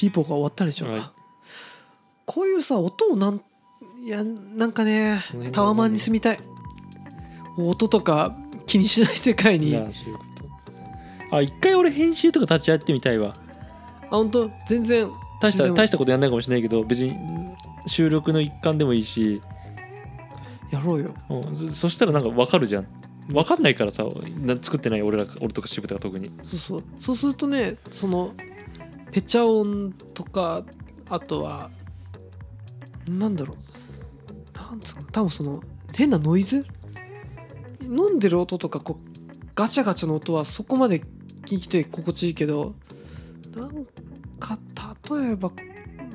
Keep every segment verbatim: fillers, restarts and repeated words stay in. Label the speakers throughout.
Speaker 1: ピーポーが終わったでしょうか、はい、こういうさ音をなんいやなんかねタワマンに住みたい。音とか気にしない世界に。
Speaker 2: あ、そういうこと。あ、一回俺編集とか立ち会ってみたいわ。
Speaker 1: あ、本当全然
Speaker 2: 大した大したことやんないかもしれないけど、別に収録の一環でもいいし
Speaker 1: やろうよ。
Speaker 2: うん、そしたらなんか分かるじゃん。分かんないからさ、作ってない俺ら俺とか渋田が特に。
Speaker 1: そうそう。そうするとね、そのペチャ音とか、あとはなんだろう、なんつうの、多分その変なノイズ、飲んでる音とかこうガチャガチャの音はそこまで聞いて心地いいけど、なんか例えば、うん、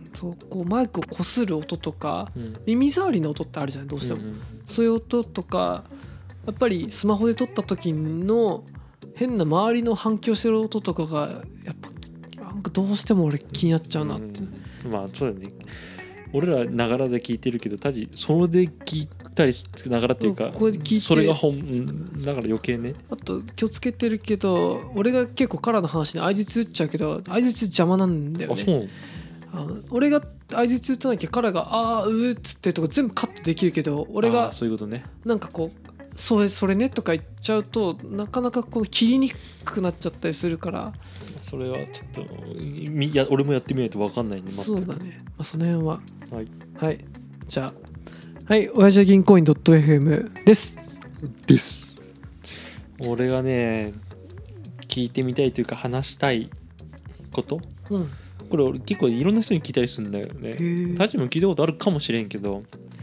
Speaker 1: そうこうマイクをこする音とか、うん、耳障りの音ってあるじゃない、どうしても、うんうん、そういう音とか、やっぱりスマホで撮った時の変な周りの反響してる音とかがやっぱなんかどうしても俺気になっちゃうなって、
Speaker 2: うん、まあそうだね。俺らながらで聞いてるけど、タジそれで聞いたりながらっていうか、これで聞いてそれが本だから余計ね。
Speaker 1: あと気をつけてるけど、俺が結構カラーの話に相槌打っちゃうけど、相槌邪魔なんだよね。
Speaker 2: あ、そう。
Speaker 1: あの俺が相槌打たなきゃカラーがあーうーっつってるとこ全部カットできるけど、俺が
Speaker 2: そういうことね。なんかこう
Speaker 1: それそれねとか言っちゃうとなかなかこの切りにくくなっちゃったりするから、
Speaker 2: それはちょっといや俺もやってみないと分かんないんで。
Speaker 1: そうだね、まあ、その辺は
Speaker 2: はい、
Speaker 1: はい、じゃあはい親父は銀行員 .fm です
Speaker 2: です俺がね聞いてみたいというか話したいこと、うん、これ俺結構いろんな人に聞いたりするんだよね。タジも聞いたことあるかもしれんけど、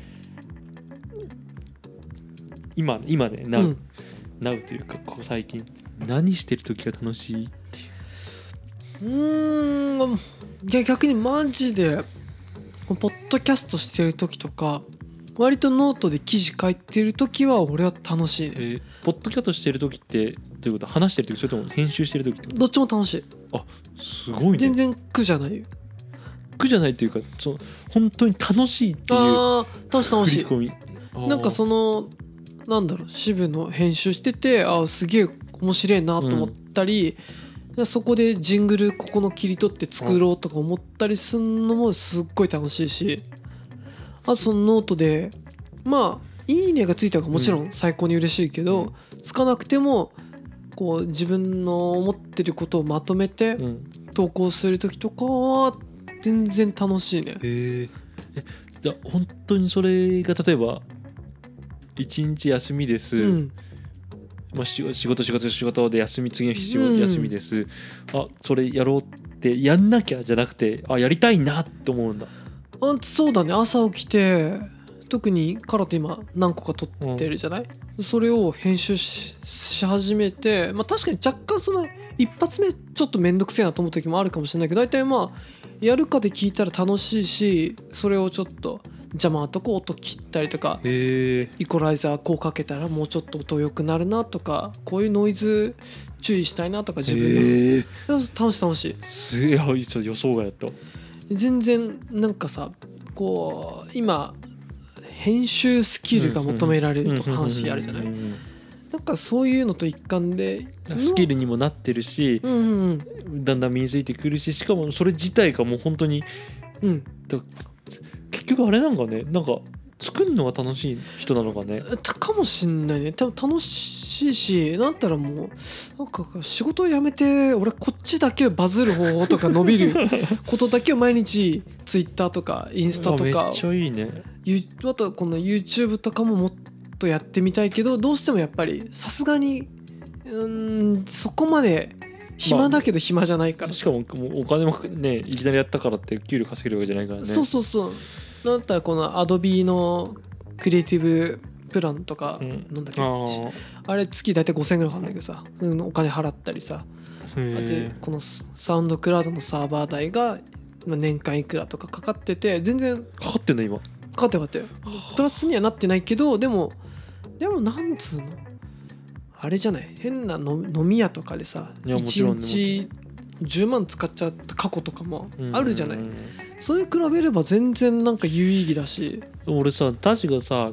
Speaker 2: 今今ねなう、うん、なうというかこう最近何してる時が楽しいっていう。
Speaker 1: うーん、いや逆にマジでポッドキャストしてる時とか割とノートで記事書いてる時は俺は楽しいね。
Speaker 2: えー、ポッドキャストしてる時ってどういうこと？話してる時、それとも編集してる時ってこと？
Speaker 1: どっちも楽しい。
Speaker 2: あ、すごいね。
Speaker 1: 全然苦じゃないよ。
Speaker 2: 苦じゃないっていうか、その本当に楽しいっていう。
Speaker 1: あー、楽しい楽しい。なんかそのなんだろう、渋の編集してて、あ、すげえ面白いなと思ったり、うん、そこでジングルここの切り取って作ろうとか思ったりするのもすっごい楽しいし、あとそのノートでまあいいねがついたらもちろん最高に嬉しいけど、うん、つかなくてもこう自分の思ってることをまとめて投稿する時とかは全然楽しいね。
Speaker 2: へー。え、じゃあ本当にそれが例えば一日休みです、うん、まあ、仕事仕事仕事で休み、次の日休みです、うん、あ、それやろうってやんなきゃじゃなくて、あ、やりたいなって思うんだ。
Speaker 1: あ、そうだね。朝起きて特にカラと今何個か撮ってるじゃない、うん、それを編集 し, し始めて、まあ、確かに若干その一発目ちょっとめんどくせえなと思う時もあるかもしれないけど、大体まあやるかで聞いたら楽しいし、それをちょっと邪魔なとこ音切ったりとか、イコライザーこうかけたらもうちょっと音良くなるなとか、こういうノイズ注意したいなとか自分の楽しい楽しい。
Speaker 2: すげえ、ちょっと予想外だった。
Speaker 1: 全然なんかさ、こう今編集スキルが求められるとか話あるじゃない。なんかそういうのと一環で
Speaker 2: スキルにもなってるし、うんうんうん、だんだん身についてくるし、しかもそれ自体がもう本当に、うん、だ結局あれなんかね、なんか作るのが楽しい人なのかね。
Speaker 1: かもしんないね。多分楽しいし、なんたらもうなんか仕事を辞めて俺こっちだけバズる方法とか伸びることだけを毎日ツイッターとかインスタとか、め
Speaker 2: っちゃいいね。
Speaker 1: あとこの YouTube とかももっとやってみたいけど、どうしてもやっぱりさすがにうーんそこまで暇だけど暇じゃないから、まあ、
Speaker 2: しかもお金もねいきなりやったからって給料稼げるわけじゃないからね。
Speaker 1: そうそうそう。だったらこの Adobe のクリエイティブプランとか、うん、なんだっけ、あ, あれ月大体ごせんえんぐらいかかるんだけどさ、お金払ったりさ、でこのサウンドクラウドのサーバー代が年間いくらとかかかってて、全然
Speaker 2: かかってんの今。
Speaker 1: かかってかかってプラスにはなってないけど、でもでもなんつうのあれじゃない、変なの飲み屋とかでさいちにちじゅうまん使っちゃった過去とかもあるじゃない。それに比べれば全然なんか有意義だし。
Speaker 2: 俺さ、タジがさ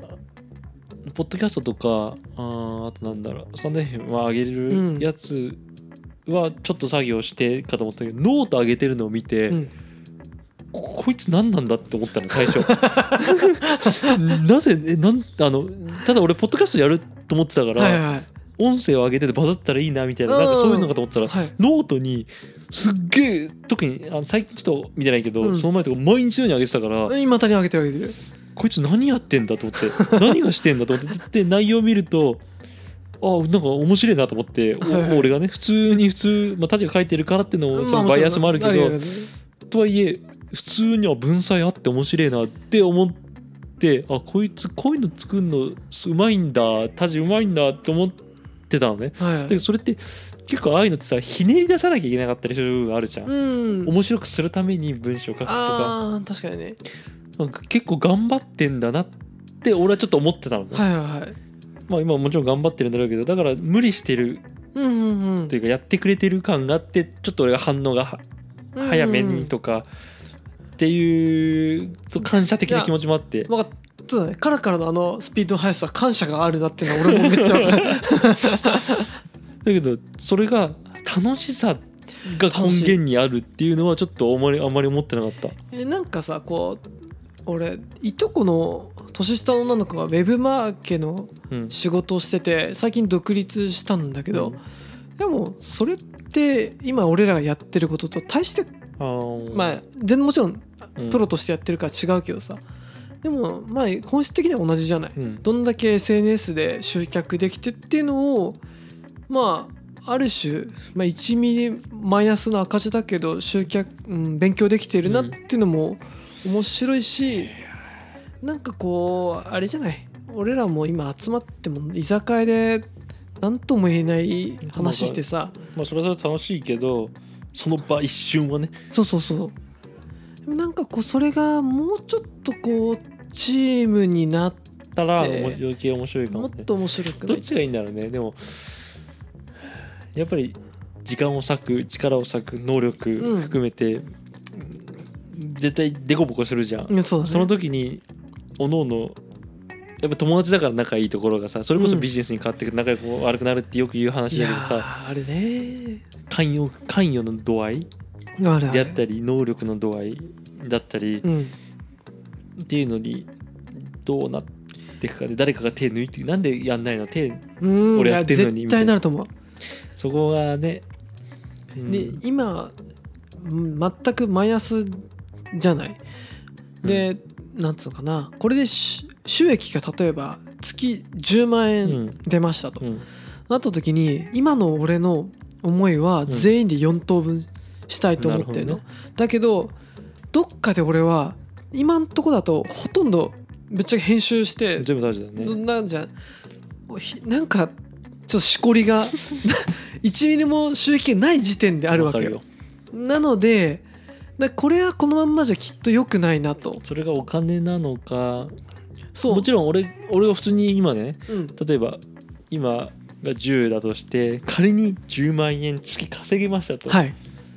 Speaker 2: ポッドキャストとか あ, あとなんだろうスタンド エフエム は上げるやつはちょっと作業してかと思ったけどノート上げてるのを見て、
Speaker 1: うん、
Speaker 2: こ, こいつ何なんだって思ったの最初なぜえなんあのただ俺ポッドキャストやると思ってたから、
Speaker 1: はいはい、
Speaker 2: 音声を上げててバズったらいいなみたいな、なんかそういうのかと思ってたら、
Speaker 1: はい、
Speaker 2: ノートにすっげえ特にあの最近ちょっと見てないけど、
Speaker 1: うん、
Speaker 2: その前とか毎日のように上げてたから
Speaker 1: 今谷上げてる上げてる
Speaker 2: こいつ何やってんだと思って何がしてんだと思ってで内容を見るとあなんか面白いなと思って、はいはい、俺がね普通に普通、まあ、タジが書いてるからっていうのもそのバイアスもあるけど、まあ、とはいえ普通には文才あって面白いなって思ってあこいつこういうの作るのうまいんだタジうまいんだって思ってたのね、はいはい、でそれって結構ああいうのってさひねり出さなきゃいけなかったりする部分あるじゃん、うん、面白くするために文章を書くとか
Speaker 1: あ確かにね
Speaker 2: なんか結構頑張ってんだなって俺はちょっと思ってたのね、はいはいはい、まあ今もちろん頑張ってるんだろうけどだから無理してるというかやってくれてる感があってちょっと俺が反応が早めにとかっていう感謝的な気持ちもあって
Speaker 1: 分かったそうだねカラカラのあのスピードの速さ感謝があるなっていうのは俺もめっちゃ分かる
Speaker 2: だけどそれが楽しさが根源にあるっていうのはちょっとあまりあまり思ってなかった。
Speaker 1: えなんかさこう俺いとこの年下の女の子がウェブマーケの仕事をしてて、うん、最近独立したんだけど、うん、でもそれって今俺らがやってることと大してまあでもちろんプロとしてやってるから違うけどさ、うん、でもまあ本質的には同じじゃない、うん、どんだけ エスエヌエス で集客できてっていうのをまあある種、まあ、いちミリマイナスの赤字だけど集客、うん、勉強できてるなっていうのも面白いし、うん、なんかこうあれじゃない俺らも今集まっても居酒屋で何とも言えない話してさ、
Speaker 2: まあそれはそれ楽しいけどその場一瞬はね
Speaker 1: そうそうそうでもなんかこうそれがもうちょっとこうチームになったら
Speaker 2: 余計面白いかも、ね、
Speaker 1: もっと面白くない
Speaker 2: どっちがいいんだろうね。でもやっぱり時間を割く力を割く能力含めて、うん、絶対デコボコするじゃん、
Speaker 1: そうだね、
Speaker 2: その時におのおのやっぱ友達だから仲いいところがさそれこそビジネスに変わって仲良く悪くなるってよく言う話だけどさ、うん、
Speaker 1: あれね
Speaker 2: 関与関与の度合いであったり能力の度合いだったり、うん、っていうのにどうなっていくかで誰かが手抜いてなんでやんないの手俺やってんのに
Speaker 1: 絶対なると思う。
Speaker 2: そこがね、
Speaker 1: うん、で今全くマイナスじゃない、うん、でなんつうのかなこれで収益が例えば月じゅうまんえん出ましたと、うん、なった時に今の俺の思いは全員でよん等分したいと思ってるの、うんね、だけどどっかで俺は今んとこだとほとんどぶっちゃけ編集して
Speaker 2: 全部大事だね
Speaker 1: なんじゃなんかちょっとしこりがいちミリも収益がない時点であるわけよ。なのでだこれはこのまんまじゃきっと良くないなと。
Speaker 2: それがお金なのか
Speaker 1: そう
Speaker 2: もちろん俺俺は普通に今ね、うん、例えば今がじゅうだとして仮にじゅうまんえん月稼げましたと、
Speaker 1: はい、い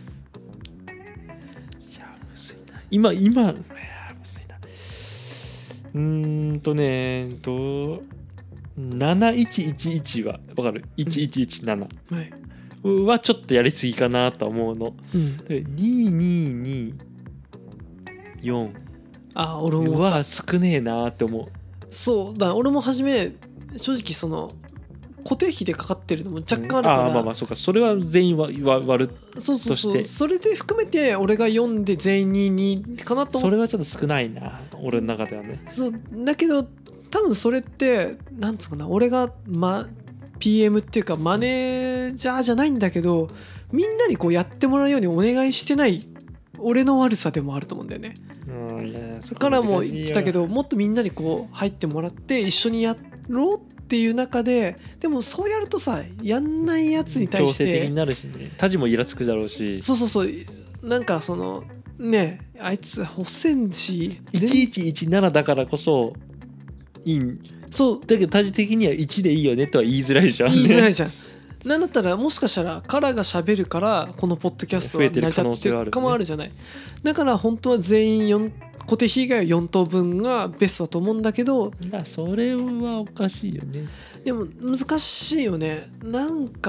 Speaker 2: やむずいな今今いやむずいなうーんとねとなないちいちいちは分かるいちいちいちなな、
Speaker 1: うんはい
Speaker 2: はちょっとやりすぎかなと思うの、うん、でににによん
Speaker 1: あ俺も
Speaker 2: は少ねえなって思う。
Speaker 1: そうだ俺も初め正直その固定費でかかってるのも若干あるから、
Speaker 2: うん、あまあまあそうかそれは全員は割るとして
Speaker 1: そうそうそうそれで含めて俺がよんで全員ににかなと思う。
Speaker 2: それはちょっと少ないな俺の中ではね。
Speaker 1: そうだけど多分それってなんつうかな俺がまピーエム っていうかマネージャーじゃないんだけどみんなにこうやってもらうようにお願いしてない俺の悪さでもあると思うんだよね。
Speaker 2: うん、いや
Speaker 1: それからも言ってたけどもっとみんなにこう入ってもらって一緒にやろうっていう中ででもそうやるとさやんないやつに対して
Speaker 2: 強制的になるしねタジもイラつくだろうし
Speaker 1: そうそうそうなんかそのねあいつ細んし
Speaker 2: いちいちいちななだからこそいいそうだけどタジ的にはいちでいいよねとは言いづらいじゃん、
Speaker 1: ね、言いづらいじゃんなんだったらもしかしたらカラが喋るからこのポッドキャストは成り立ってるかもあるじゃない、ね、だから本当は全員よん固定費以外はよん等分がベストだと思うんだけど
Speaker 2: いやそれはおかしいよね。
Speaker 1: でも難しいよね。なんか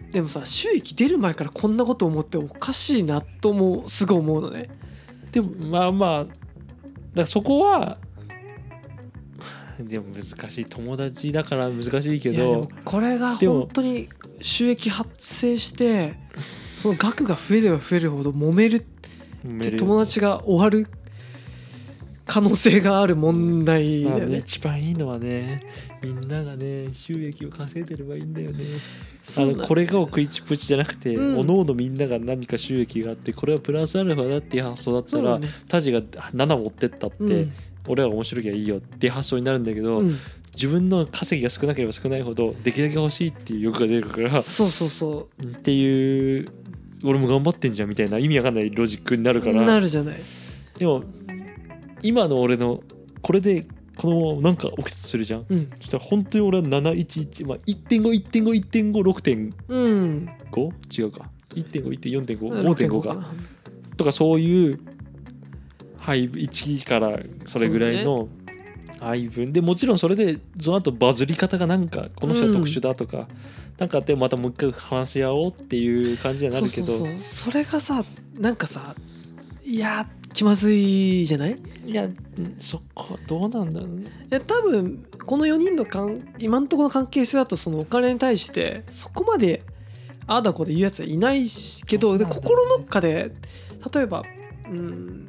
Speaker 1: でもさ収益出る前からこんなこと思っておかしいなともすごい思うのね。
Speaker 2: でもまあまあだからそこはでも難しい、友達だから難しいけど、
Speaker 1: いやでもこれが本当に収益発生してその額が増えれば増えるほど揉めるって友達が終わる可能性がある問題だよね。
Speaker 2: まあね、一番いいのはねみんながね収益を稼いでればいいんだよね。あのこれが食いちプチじゃなくて、うん、おのおのみんなが何か収益があってこれはプラスアルファだっていう発想だったら、ね、タジがなな持ってったって、うん、俺らが面白きゃいいよっていう発想になるんだけど、うん、自分の稼ぎが少なければ少ないほどできるだけ欲しいっていう欲が出るから
Speaker 1: そうそうそう
Speaker 2: っていう俺も頑張ってんじゃんみたいな意味わかんないロジックになるから
Speaker 1: なるじゃない。
Speaker 2: でも今の俺のこれでこのままなんか起きたとするじゃん、うん、そしたら本当に俺はななひゃくじゅういち、まあ、いってんご、いってんご、いってんご、ろくてんご、うん、違うか いってんご、いってんよんてんご、ごてんご かとかそういう配分いちからそれぐらいの配分でもちろんそれでその後バズり方がなんかこの人は特殊だとか、うん、なんかあってまたもう一回話し合おうっていう感じになるけど、
Speaker 1: そうそうそうそれがさなんかさいや気まずいじゃない？
Speaker 2: いやそこどうなんだろうね。
Speaker 1: いや多分このよにんのかん今のところの関係性だとそのお金に対してそこまでああだこで言うやつはいないけどで心の中で例えば、うん、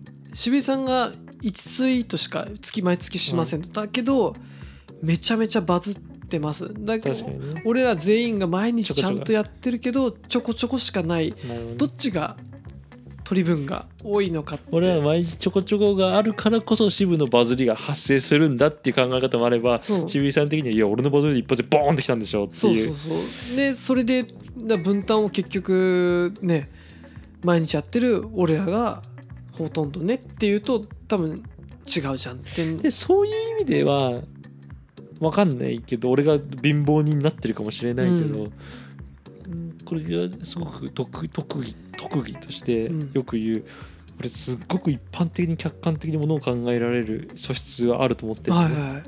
Speaker 1: 渋井さんがいちツイートしか月毎月しませんと、うん、だけどめちゃめちゃバズってますだけど、ね、俺ら全員が毎日ちゃんとやってるけどちょこちょこしかないどっちが取り分が多いのかって
Speaker 2: 俺は毎日ちょこちょこがあるからこそ渋のバズりが発生するんだっていう考え方もあれば、うん、渋井さん的にはいや俺のバズりで一発でボーンってきたんでしょっていう
Speaker 1: そうそうそうでそれで分担を結局ね毎日やってる俺らがほとんどねっていうと多分違うじゃんって
Speaker 2: でそういう意味では分かんないけど俺が貧乏人になってるかもしれないけど、うんこれがすごく特特技特技としてよく言う、うん、俺すっごく一般的に客観的にものを考えられる素質があると思ってる、ねはいはい、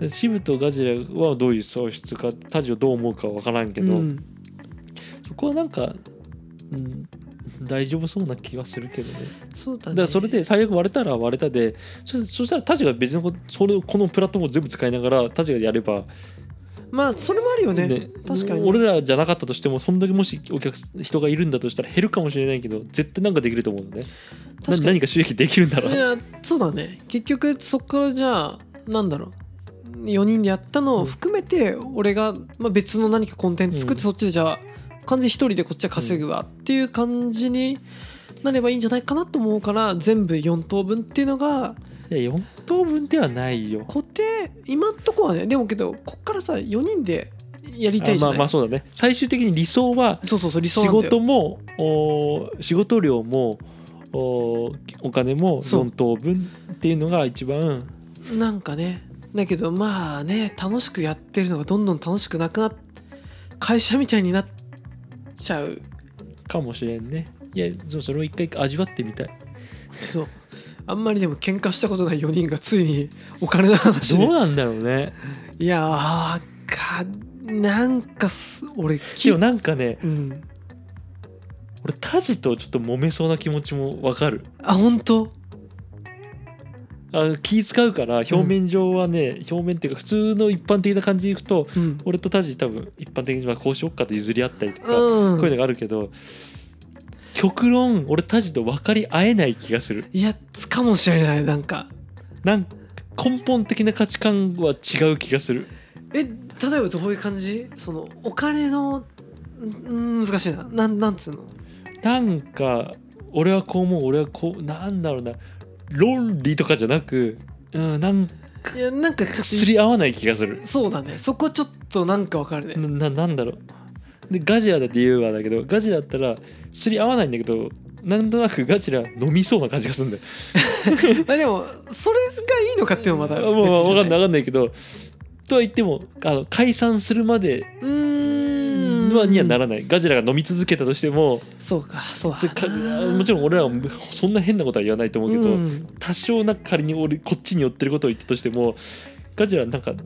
Speaker 2: で渋とガジラはどういう素質かタジをどう思うかは分からんけど、うん、そこはなんか、うん、大丈夫そうな気がするけどね。
Speaker 1: そうだね。
Speaker 2: だからそれで最悪割れたら割れたで そ, そしたらタジが別のこそれこのプラットフォームを全部使いながらタジがやれば
Speaker 1: まあそれもあるよね。ね確かに、ね、
Speaker 2: 俺らじゃなかったとしてもそんだけもしお客人がいるんだとしたら減るかもしれないけど絶対なんかできると思うのね。確かに何か収益できるんだろう。
Speaker 1: いやそうだね。結局そっからじゃあなんだろうよにんでやったのを含めて俺が、まあ、別の何かコンテンツ作ってそっちでじゃあ完全に一人でこっちは稼ぐわっていう感じになればいいんじゃないかなと思うから全部よん等分っていうのが
Speaker 2: いやよん等分ではないよ
Speaker 1: 固定今んとこはね。でもけどこっからさよにんでやりたいじゃない。
Speaker 2: あまあまあそうだね。最終的に理想は
Speaker 1: そうそうそう理想なんだよ。
Speaker 2: 仕事もお仕事量も お, お金もよん等分っていうのが一番
Speaker 1: なんかね。だけどまあね楽しくやってるのがどんどん楽しくなくなっ会社みたいになっちゃう
Speaker 2: かもしれんね。いやそれを一回味わってみたい。
Speaker 1: そうあんまりでも喧嘩したことないよにんがついにお金の話
Speaker 2: でどうなんだろうね。
Speaker 1: いやーかなんか俺
Speaker 2: でもなんかね、
Speaker 1: うん、
Speaker 2: 俺タジとちょっと揉めそうな気持ちもわかる。
Speaker 1: あ本当
Speaker 2: あ気使うから表面上はね、うん、表面っていうか普通の一般的な感じでいくと、うん、俺とタジ多分一般的にこうしよっかと譲り合ったりとか、うん、こういうのがあるけど極論俺タジと分かり合えない気がする。
Speaker 1: いやかもしれない。なんか
Speaker 2: なん根本的な価値観は違う気がする。
Speaker 1: え例えばどういう感じ？そのお金のん難しいな。な ん, なんつうの
Speaker 2: なんか俺はこう思う俺はこうなんだろうな論理とかじゃなく、うん、なんか
Speaker 1: いやなんかちょっと
Speaker 2: すり合わない気がする。
Speaker 1: そうだね。そこちょっとなんか分かるね。
Speaker 2: な, なんだろうでガジラだって言うわだけどガジラだったらすり合わないんだけどなんとなくガジラ飲みそうな感じがするんだよ
Speaker 1: まあでもそれがいいのかっていうのはまだ別じゃない。
Speaker 2: もう分かんない分かんないけどとは言ってもあの解散するまで
Speaker 1: うーん
Speaker 2: はにはならない。ガジラが飲み続けたとしても
Speaker 1: そうかそう
Speaker 2: かもちろん俺らはそんな変なことは言わないと思うけど多少な仮に俺こっちに寄ってることを言ったとしてもガジラなんか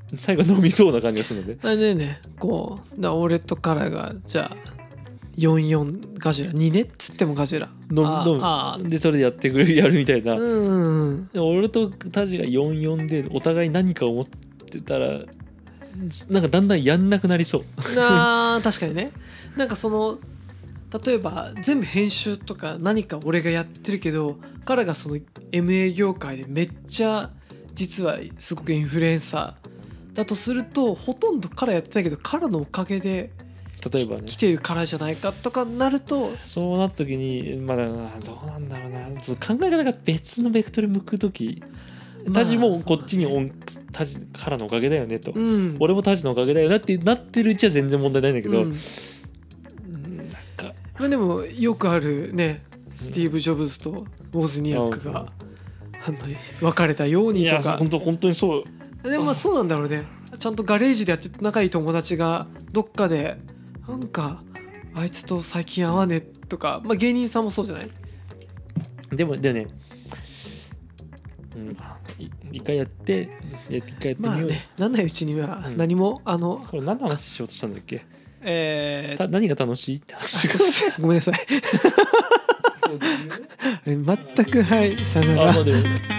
Speaker 2: 最後飲みそうな感じがするので、
Speaker 1: あれねこうだ俺とカラがじゃあよんじゅうよんガジラにねっつってもガジラ
Speaker 2: 飲む飲む
Speaker 1: あ
Speaker 2: でそれでやってくれるやるみたいな、
Speaker 1: うんうん
Speaker 2: で俺とタジがよんじゅうよんでお互い何か思ってたらなんかだんだんやんなくなりそう。
Speaker 1: あー確かにね。なんかその例えば全部編集とか何か俺がやってるけど彼がその エムエー 業界でめっちゃ実はすごくインフルエンサーだとするとほとんど彼やってないけど彼のおかげで
Speaker 2: 例えばね
Speaker 1: 来てるからじゃないかとかなると
Speaker 2: そうなった時にまだどうなんだろうな、ちょっと考え方が別のベクトル向く時タジもこっちにオンタジからのおかげだよねと、
Speaker 1: うん、
Speaker 2: 俺もタジのおかげだよなってなってるうちは全然問題ないんだけど、
Speaker 1: うん
Speaker 2: なんか
Speaker 1: まあ、でもよくあるねスティーブ・ジョブズとウォズニアックが、あの別れたよう
Speaker 2: いや
Speaker 1: にとか
Speaker 2: 本当本当にそう。
Speaker 1: でもまあそうなんだろうね。ちゃんとガレージでやって仲いい友達がどっかでなんかあいつと最近会わねえとか、まあ、芸人さんもそうじゃない？
Speaker 2: でもでもね、うん、い一回やって一回やってみよう、
Speaker 1: まあねなんないうちには何も、うん、あの
Speaker 2: これ何の話しようとしたんだっけ、
Speaker 1: えー、
Speaker 2: た何が楽しいって話が
Speaker 1: ごめんなさい全くはいさよなら。
Speaker 2: あ、まあでも